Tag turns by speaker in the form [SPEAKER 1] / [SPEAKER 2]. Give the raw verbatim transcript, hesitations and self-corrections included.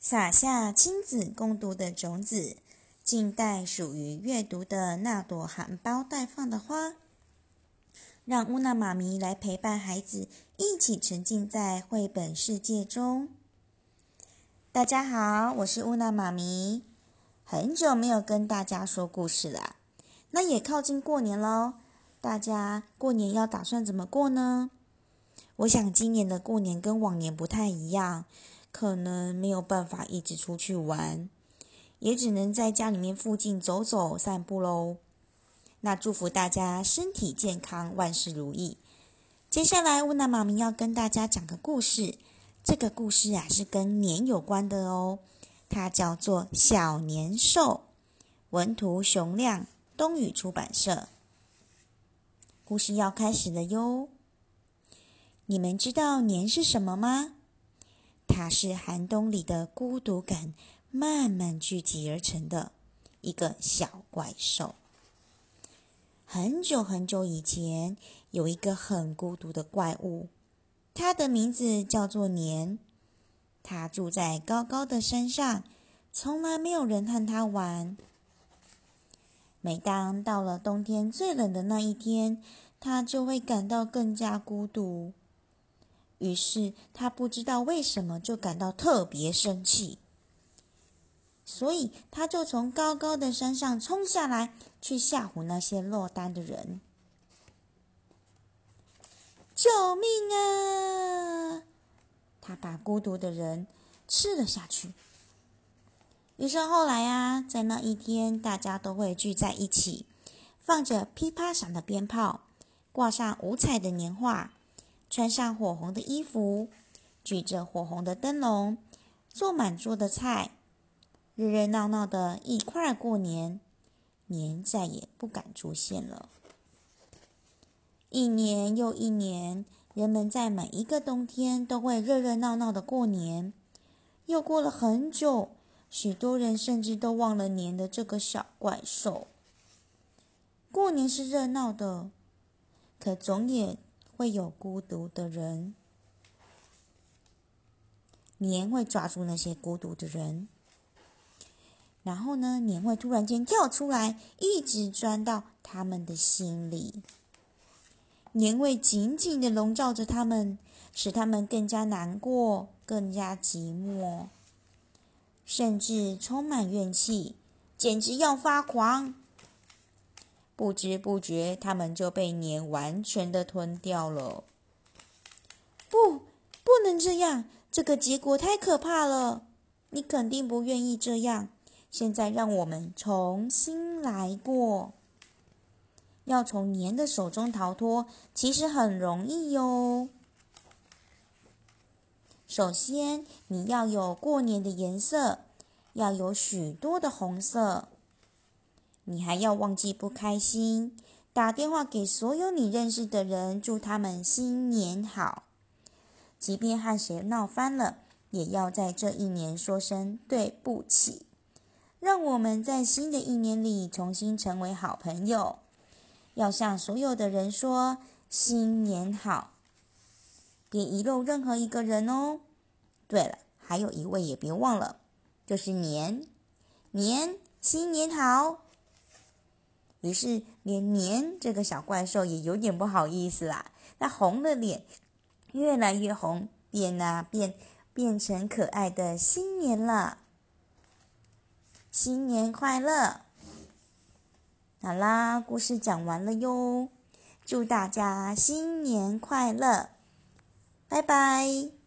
[SPEAKER 1] 撒下亲子共读的种子，静待属于阅读的那朵含苞待放的花。让乌娜妈咪来陪伴孩子，一起沉浸在绘本世界中。大家好，我是乌娜妈咪，很久没有跟大家说故事了。那也靠近过年咯，大家过年要打算怎么过呢？我想今年的过年跟往年不太一样，可能没有办法一直出去玩，也只能在家里面附近走走散步咯。那祝福大家身体健康，万事如意。接下来乌娜妈咪要跟大家讲个故事，这个故事啊是跟年有关的哦，它叫做小年兽，文图熊亮，东宇出版社。故事要开始了哟。你们知道年是什么吗？它是寒冬里的孤独感慢慢聚集而成的一个小怪兽。很久很久以前，有一个很孤独的怪物，它的名字叫做年。它住在高高的山上，从来没有人和它玩。每当到了冬天最冷的那一天，它就会感到更加孤独。于是他不知道为什么就感到特别生气，所以他就从高高的山上冲下来，去吓唬那些落单的人。救命啊！他把孤独的人吃了下去。于是后来啊，在那一天，大家都会聚在一起，放着噼啪响的鞭炮，挂上五彩的年画，穿上火红的衣服，举着火红的灯笼，做满桌的菜，热热闹闹的一块过年。年再也不敢出现了。一年又一年，人们在每一个冬天都会热热闹闹的过年。又过了很久，许多人甚至都忘了年的这个小怪兽。过年是热闹的，可总也会有孤独的人。年会抓住那些孤独的人，然后呢，年会突然间跳出来，一直钻到他们的心里。年会紧紧地笼罩着他们，使他们更加难过，更加寂寞，甚至充满怨气，简直要发狂。不知不觉，他们就被年完全的吞掉了。不，不能这样，这个结果太可怕了。你肯定不愿意这样。现在让我们重新来过。要从年的手中逃脱，其实很容易哟。首先，你要有过年的颜色，要有许多的红色。你还要忘记不开心，打电话给所有你认识的人，祝他们新年好。即便和谁闹翻了，也要在这一年说声对不起。让我们在新的一年里重新成为好朋友。要向所有的人说新年好，别遗漏任何一个人哦。对了，还有一位也别忘了，就是年。年，新年好。于是连年这个小怪兽也有点不好意思啦，那红了脸，越来越红，变啊变，变成可爱的新年了。新年快乐！好啦，故事讲完了哟，祝大家新年快乐，拜拜。